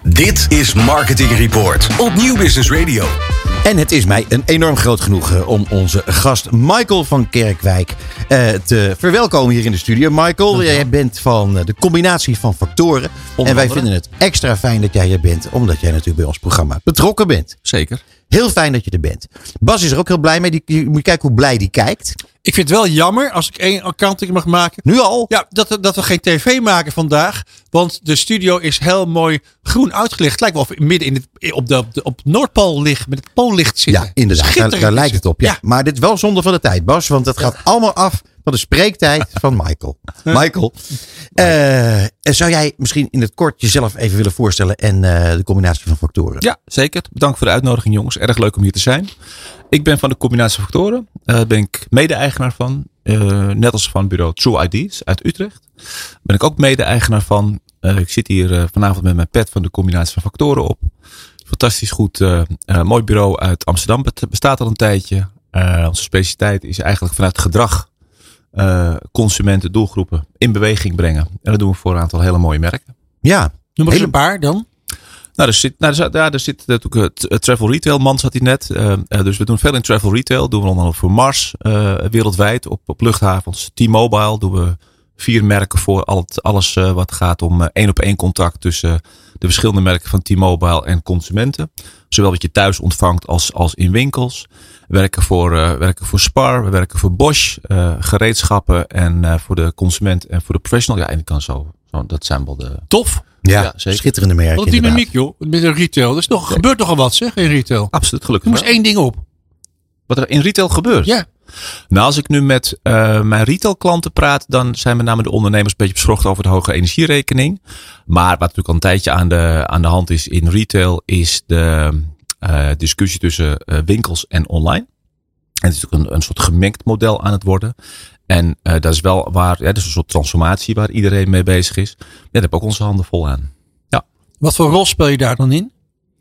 Dit is Marketing Report op Nieuw Business Radio. En het is mij een enorm groot genoegen om onze gast Michael van Kerkwijk te verwelkomen hier in de studio. Michael, jij bent van de combinatie van factoren. En wij vinden het extra fijn dat jij hier bent, omdat jij natuurlijk bij ons programma betrokken bent. Zeker. Heel fijn dat je er bent. Bas is er ook heel blij mee. Je moet kijken hoe blij die kijkt. Ik vind het wel jammer, als ik één kanttekening mag maken. Nu al? Ja, dat we geen tv maken vandaag. Want de studio is heel mooi groen uitgelicht. Het lijkt wel of we midden op Noordpool liggen. Met het poollicht zitten. Ja, inderdaad. Daar lijkt het op. Ja. Maar dit is wel zonde van de tijd, Bas. Want het gaat allemaal af van de spreektijd van Michael. Michael, zou jij misschien in het kort jezelf even willen voorstellen en de combinatie van factoren? Ja, zeker. Bedankt voor de uitnodiging, jongens. Erg leuk om hier te zijn. Ik ben van de combinatie van factoren. Daar ben ik mede-eigenaar van. Net als van bureau True IDs uit Utrecht. Ben ik ook mede-eigenaar van. Ik zit hier vanavond met mijn pet van de combinatie van factoren op. Fantastisch goed. Mooi bureau uit Amsterdam. Het bestaat al een tijdje. Onze specialiteit is eigenlijk vanuit gedrag consumenten, doelgroepen in beweging brengen. En dat doen we voor een aantal hele mooie merken. Ja. Noem maar eens een paar dan. Nou, er zit natuurlijk travel retail. Man zat hier net. Dus we doen veel in travel retail. Doen we onder andere voor Mars wereldwijd op luchthavens. T-Mobile doen we 4 merken voor alles wat gaat om 1-op-1 contact tussen de verschillende merken van T-Mobile en consumenten. Zowel wat je thuis ontvangt als in winkels. We werken voor Spar, we werken voor Bosch, gereedschappen en voor de consument en voor de professional. Ja, en ik kan zo dat zijn wel de... Tof. Ja, schitterende merken. Wat een dynamiek, joh. Met een retail. Gebeurt toch al wat, zeg, in retail? Absoluut, gelukkig. Er moest één ding op. Wat er in retail gebeurt? Ja. Nou, als ik nu met mijn retailklanten praat, dan zijn met name de ondernemers een beetje beschrocht over de hoge energierekening. Maar wat natuurlijk al een tijdje aan de hand is in retail, is de discussie tussen winkels en online. En het is natuurlijk een soort gemengd model aan het worden. En dat is wel waar, dat is een soort transformatie waar iedereen mee bezig is. Ja, daar heb ik ook onze handen vol aan. Ja. Wat voor rol speel je daar dan in?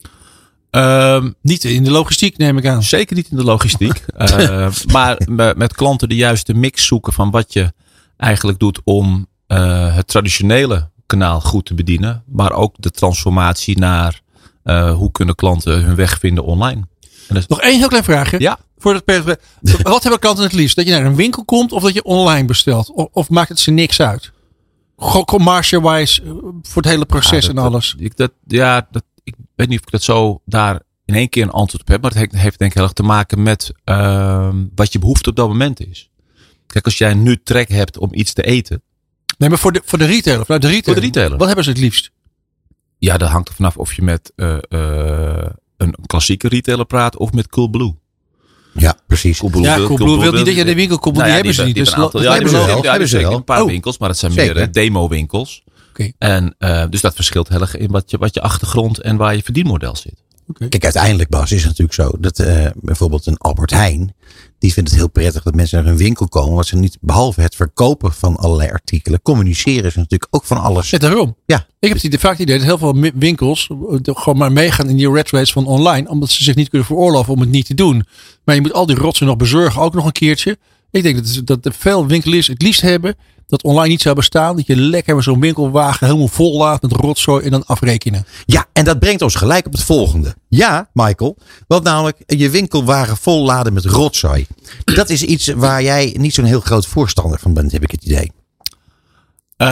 Niet in de logistiek, neem ik aan. Zeker niet in de logistiek. Maar met klanten de juiste mix zoeken van wat je eigenlijk doet om het traditionele kanaal goed te bedienen. Maar ook de transformatie naar hoe kunnen klanten hun weg vinden online. Nog één heel klein vraagje. Ja. Wat hebben klanten het liefst? Dat je naar een winkel komt of dat je online bestelt? Of maakt het ze niks uit? Commercial-wise voor het hele proces en alles. Ik weet niet of ik dat zo daar in één keer een antwoord op heb. Maar het heeft denk ik heel erg te maken met wat je behoefte op dat moment is. Kijk, als jij nu trek hebt om iets te eten. Nee, maar voor de retailer. Voor de retailer. Wat hebben ze het liefst? Ja, dat hangt er vanaf of je met een klassieke retailer praat of met Coolblue. Ja, precies. Coolblue wil niet dat je de winkel komt. Die hebben ze niet. Die hebben ze wel. Een paar winkels, maar dat zijn meer demo winkels. Okay. En dus dat verschilt heel erg in wat je achtergrond en waar je verdienmodel zit. Okay. Kijk, uiteindelijk, Bas, is het natuurlijk zo dat bijvoorbeeld een Albert Heijn, die vindt het heel prettig dat mensen naar hun winkel komen. Want ze niet, behalve het verkopen van allerlei artikelen, communiceren ze natuurlijk ook van alles. Ja, daarom. Ja. Ik heb vaak het idee dat heel veel winkels gewoon maar meegaan in die rat race van online. Omdat ze zich niet kunnen veroorloven om het niet te doen. Maar je moet al die rotsen nog bezorgen, ook nog een keertje. Ik denk dat veel winkeliers het liefst hebben dat online niet zou bestaan. Dat je lekker met zo'n winkelwagen helemaal vol laat met rotzooi en dan afrekenen. Ja, en dat brengt ons gelijk op het volgende. Ja, Michael. Want namelijk je winkelwagen vol laden met rotzooi. Dat is iets waar jij niet zo'n heel groot voorstander van bent, heb ik het idee. Ik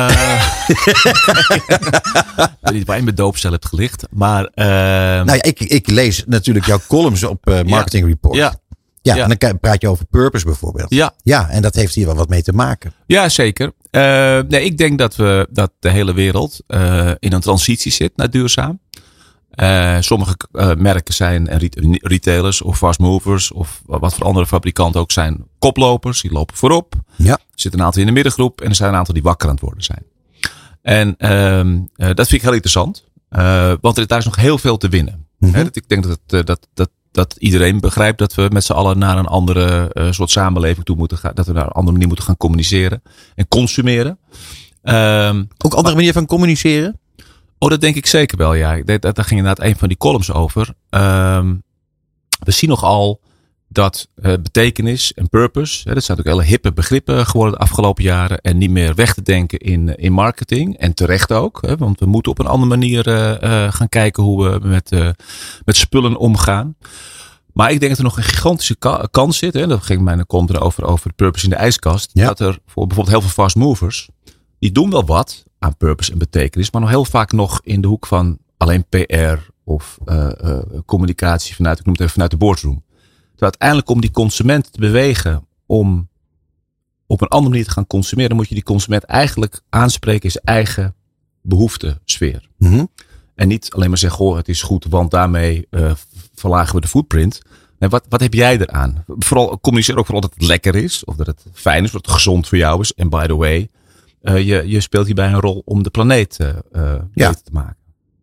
weet niet waar je mijn doopcel hebt gelicht. Maar, nou ja, ik lees natuurlijk jouw columns op Marketing Report. Ja, en dan praat je over purpose bijvoorbeeld. Ja, en dat heeft hier wel wat mee te maken. Ja, zeker. Ik denk dat de hele wereld in een transitie zit naar duurzaam. Sommige merken zijn retailers of fast movers of wat voor andere fabrikanten ook zijn koplopers. Die lopen voorop. Ja. Er zitten een aantal in de middengroep en er zijn een aantal die wakker aan het worden zijn. En dat vind ik heel interessant. Want daar is nog heel veel te winnen. Mm-hmm. Ik denk dat iedereen begrijpt dat we met z'n allen naar een andere soort samenleving toe moeten gaan. Dat we naar een andere manier moeten gaan communiceren en consumeren. Ook andere manier van communiceren? Oh, dat denk ik zeker wel, ja. Daar ging inderdaad een van die columns over. We zien nogal dat betekenis en purpose, dat zijn natuurlijk hele hippe begrippen geworden de afgelopen jaren. En niet meer weg te denken in marketing. En terecht ook. Want we moeten op een andere manier gaan kijken hoe we met spullen omgaan. Maar ik denk dat er nog een gigantische kans zit. Dat ging mijn contra over purpose in de ijskast. Ja. Dat er voor bijvoorbeeld heel veel fast movers. Die doen wel wat aan purpose en betekenis. Maar nog heel vaak nog in de hoek van alleen PR of communicatie vanuit de boardroom. Terwijl uiteindelijk om die consument te bewegen om op een andere manier te gaan consumeren, moet je die consument eigenlijk aanspreken in zijn eigen behoeftesfeer. Mm-hmm. En niet alleen maar zeggen, het is goed, want daarmee verlagen we de footprint. Nee, wat heb jij eraan? Vooral communiceer ook vooral dat het lekker is, of dat het fijn is, of dat het gezond voor jou is. En by the way, je speelt hierbij een rol om de planeet beter te maken.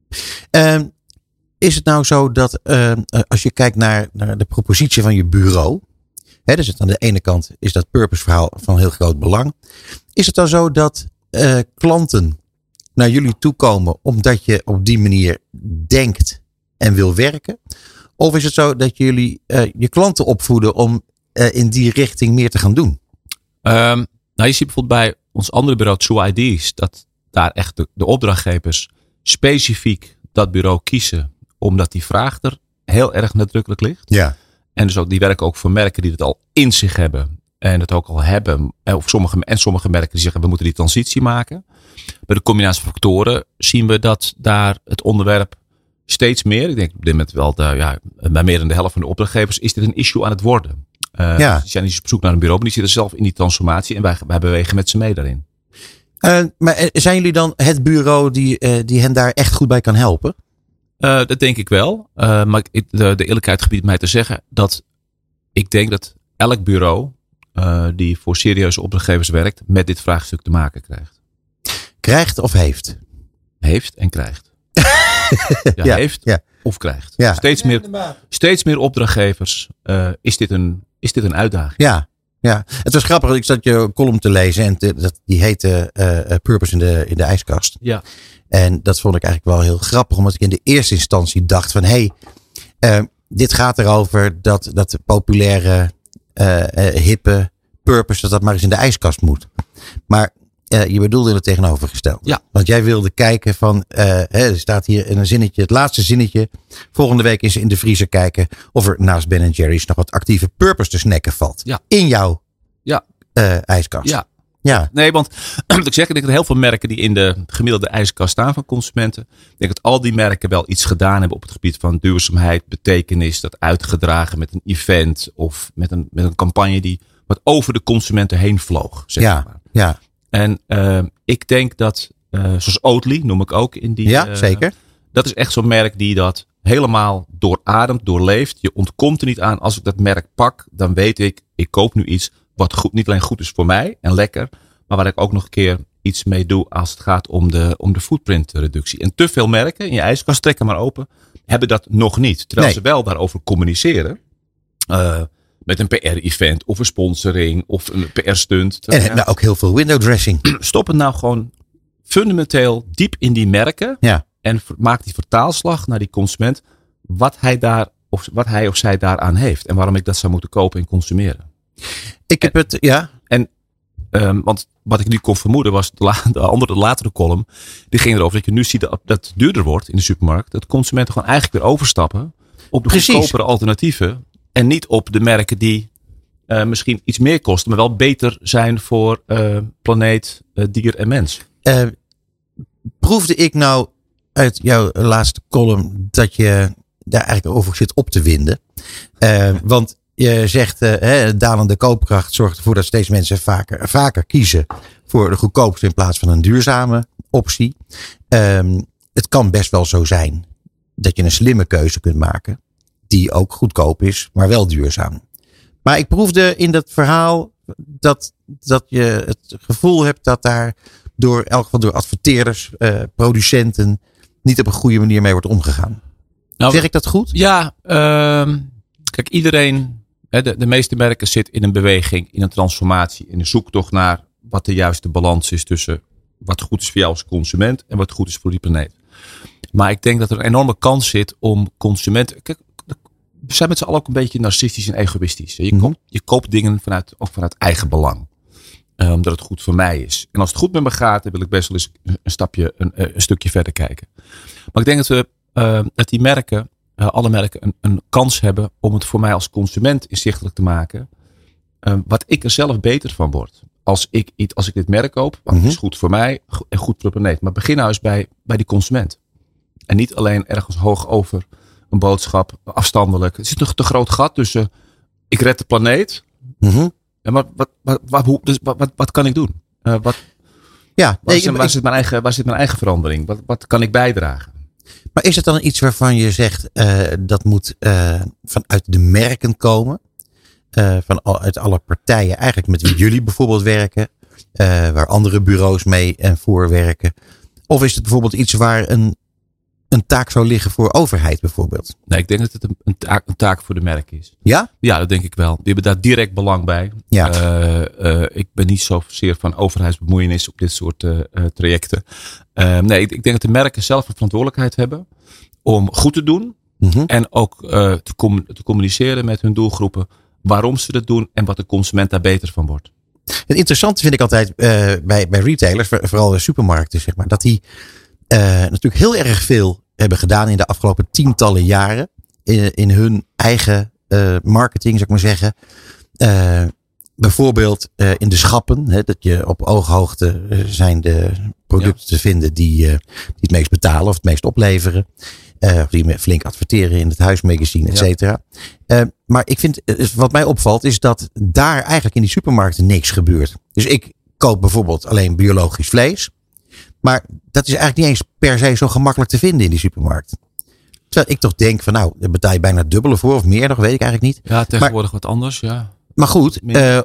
Is het nou zo dat als je kijkt naar de propositie van je bureau. Dus aan de ene kant is dat purpose verhaal van heel groot belang. Is het dan zo dat klanten naar jullie toe komen omdat je op die manier denkt en wil werken? Of is het zo dat jullie je klanten opvoeden om in die richting meer te gaan doen? Je ziet bijvoorbeeld bij ons andere bureau, True ID's, dat daar echt de opdrachtgevers specifiek dat bureau kiezen. Omdat die vraag er heel erg nadrukkelijk ligt. Ja. En dus ook, die werken ook voor merken die het al in zich hebben. En het ook al hebben. Of sommige merken die zeggen, we moeten die transitie maken. Bij de combinatie van factoren zien we dat daar het onderwerp steeds meer. Ik denk op dit moment wel, bij meer dan de helft van de opdrachtgevers is dit een issue aan het worden. Die zijn niet op zoek naar een bureau, maar die zitten zelf in die transformatie. En wij bewegen met ze mee daarin. Maar zijn jullie dan het bureau die hen daar echt goed bij kan helpen? Dat denk ik wel. Maar de eerlijkheid gebiedt mij te zeggen dat ik denk dat elk bureau die voor serieuze opdrachtgevers werkt, met dit vraagstuk te maken krijgt. Krijgt of heeft? Heeft en krijgt. Heeft of krijgt. Ja. Steeds meer opdrachtgevers is dit een uitdaging. Ja, het was grappig. Ik zat je column te lezen en die heette Purpose in de ijskast. Ja. En dat vond ik eigenlijk wel heel grappig, omdat ik in de eerste instantie dacht van dit gaat erover dat de populaire hippe purpose dat maar eens in de ijskast moet. Maar je bedoelde het tegenovergestelde. Ja. Want jij wilde kijken van, er staat hier in een zinnetje, het laatste zinnetje. Volgende week is in de vriezer kijken of er naast Ben & Jerry's nog wat actieve purpose te snacken valt. Ja. In jouw ijskast. Ja. Ja. Nee, want ik denk dat heel veel merken die in de gemiddelde ijskast staan van consumenten. Ik denk dat al die merken wel iets gedaan hebben op het gebied van duurzaamheid, betekenis, dat uitgedragen met een event of met een campagne die wat over de consumenten heen vloog. Zeg maar. Ja. En ik denk dat, zoals Oatly noem ik ook in die. Ja, zeker. Dat is echt zo'n merk die dat helemaal doorademt, doorleeft. Je ontkomt er niet aan. Als ik dat merk pak, dan weet ik koop nu iets wat goed, niet alleen goed is voor mij en lekker, maar waar ik ook nog een keer iets mee doe als het gaat om de footprintreductie. En te veel merken, in je ijskast, trek hem maar open, hebben dat nog niet. Terwijl ze wel daarover communiceren. Met een PR-event of een sponsoring of een PR-stunt. En ook heel veel window dressing. Stop het nou gewoon fundamenteel diep in die merken. Ja. En maak die vertaalslag naar die consument. Wat hij of zij daaraan heeft. En waarom ik dat zou moeten kopen en consumeren. Want wat ik nu kon vermoeden was de latere column. Die ging erover dat je nu ziet dat het duurder wordt in de supermarkt. Dat consumenten gewoon eigenlijk weer overstappen op de goedkopere alternatieven. En niet op de merken die misschien iets meer kosten. Maar wel beter zijn voor planeet, dier en mens. Proefde ik nou uit jouw laatste column dat je daar eigenlijk over zit op te winden? Want je zegt dalende koopkracht zorgt ervoor dat steeds mensen vaker kiezen voor de goedkoopste in plaats van een duurzame optie. Het kan best wel zo zijn dat je een slimme keuze kunt maken die ook goedkoop is, maar wel duurzaam. Maar ik proefde in dat verhaal dat je het gevoel hebt dat daar door adverteerders, producenten niet op een goede manier mee wordt omgegaan. Nou, zeg ik dat goed? Ja, kijk, iedereen, de meeste merken zitten in een beweging, in een transformatie, in een zoektocht naar wat de juiste balans is tussen wat goed is voor jou als consument en wat goed is voor die planeet. Maar ik denk dat er een enorme kans zit om consumenten. Kijk, zijn met z'n allen ook een beetje narcistisch en egoïstisch. Je koopt dingen vanuit eigen belang. Omdat het goed voor mij is. En als het goed met me gaat, dan wil ik best wel eens een stukje verder kijken. Maar ik denk dat die merken, alle merken, een kans hebben om het voor mij als consument inzichtelijk te maken. Wat ik er zelf beter van word. Als ik dit merk koop, want het is goed voor mij en goed voor de planeet. Maar begin nou eens bij die consument. En niet alleen ergens hoog over een boodschap, afstandelijk. Er zit een te groot gat tussen ik red de planeet. Mm-hmm. En wat kan ik doen? Waar zit mijn eigen verandering? Wat kan ik bijdragen? Maar is het dan iets waarvan je zegt dat moet vanuit de merken komen? Uit alle partijen, eigenlijk met wie jullie bijvoorbeeld werken, waar andere bureaus mee en voor werken? Of is het bijvoorbeeld iets waar een taak zou liggen voor overheid bijvoorbeeld? Nee, ik denk dat het een taak voor de merk is. Ja? Ja, dat denk ik wel. Die hebben daar direct belang bij. Ja. Ik ben niet zozeer van overheidsbemoeienis op dit soort trajecten. Nee, ik denk dat de merken zelf een verantwoordelijkheid hebben om goed te doen. Mm-hmm. En ook te communiceren met hun doelgroepen waarom ze dat doen en wat de consument daar beter van wordt. Het interessante vind ik altijd bij retailers, vooral de supermarkten, zeg maar, dat die natuurlijk heel erg veel hebben gedaan in de afgelopen tientallen jaren in hun eigen marketing, zou ik maar zeggen. Bijvoorbeeld in de schappen, dat je op ooghoogte zijn de producten te vinden die het meest betalen of het meest opleveren. Of die flink adverteren in het huismagazine, et cetera. Maar ik vind, wat mij opvalt, is dat daar eigenlijk in die supermarkten niks gebeurt. Dus ik koop bijvoorbeeld alleen biologisch vlees. Maar dat is eigenlijk niet eens per se zo gemakkelijk te vinden in die supermarkt. Terwijl ik toch denk van daar betaal je bijna het dubbele voor of meer, nog weet ik eigenlijk niet. Ja, tegenwoordig wat anders, ja. Maar goed,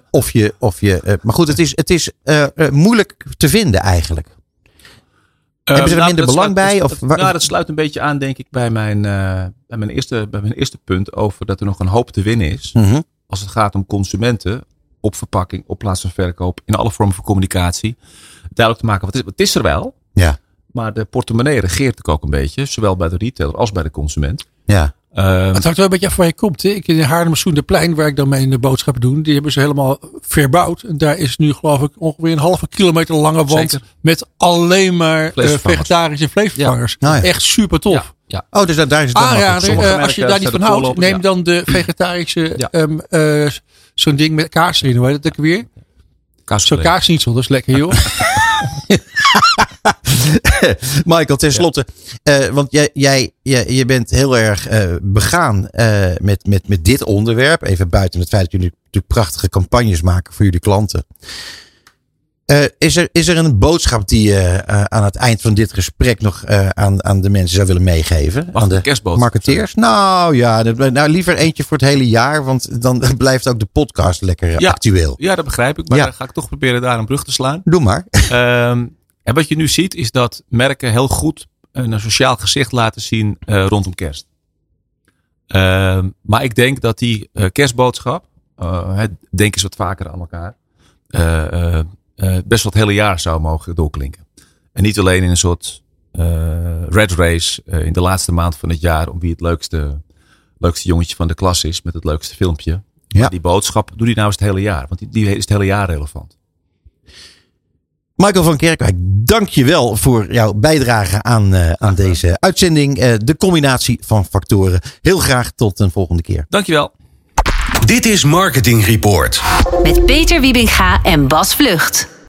maar goed, het is moeilijk te vinden eigenlijk. Hebben ze er minder belang bij? Dat sluit een beetje aan, denk ik, bij mijn eerste punt over dat er nog een hoop te winnen is. Mm-hmm. Als het gaat om consumenten op verpakking, op plaats van verkoop, in alle vormen van communicatie. Duidelijk te maken, wat is er wel. Ja. Maar de portemonnee regeert ook een beetje, zowel bij de retailer als bij de consument. Ja. Het hangt wel een beetje af waar je komt. Hè? Ik in Haarlemmerzoenderplein, waar ik dan mee in de boodschappen doe, die hebben ze helemaal verbouwd. En daar is nu, geloof ik, ongeveer een halve kilometer lange wand. Zeker. Met alleen maar vegetarische vleesvervangers. Ja. Nou ja. Echt super tof. Ja. Ja. Oh, dus daar is het dan als je daar niet van houdt, neem dan de vegetarische zo'n ding met kaas erin. Hoe heet dat ook weer? Zo'n kaasnietsel, dat is lekker, joh. Michael, tenslotte, want je bent heel erg begaan met dit onderwerp. Even buiten het feit dat jullie natuurlijk prachtige campagnes maken voor jullie klanten. Is er een boodschap die je aan het eind van dit gesprek nog aan de mensen zou willen meegeven? Aan de marketeers? Nou ja, liever eentje voor het hele jaar. Want dan blijft ook de podcast lekker actueel. Ja, dat begrijp ik. Maar dan ga ik toch proberen daar een brug te slaan. Doe maar. En wat je nu ziet is dat merken heel goed een sociaal gezicht laten zien rondom kerst. Maar ik denk dat die kerstboodschap, denk eens wat vaker aan elkaar, best wel het hele jaar zou mogen doorklinken. En niet alleen in een soort red race in de laatste maand van het jaar om wie het leukste jongetje van de klas is met het leukste filmpje. Ja. Maar die boodschap, doe die nou eens het hele jaar. Want die is het hele jaar relevant. Michael van Kerkwijk, dank je wel voor jouw bijdrage aan deze uitzending. De combinatie van factoren. Heel graag tot een volgende keer. Dank je wel. Dit is Marketing Report. Met Peter Wiebinga en Bas Vlucht.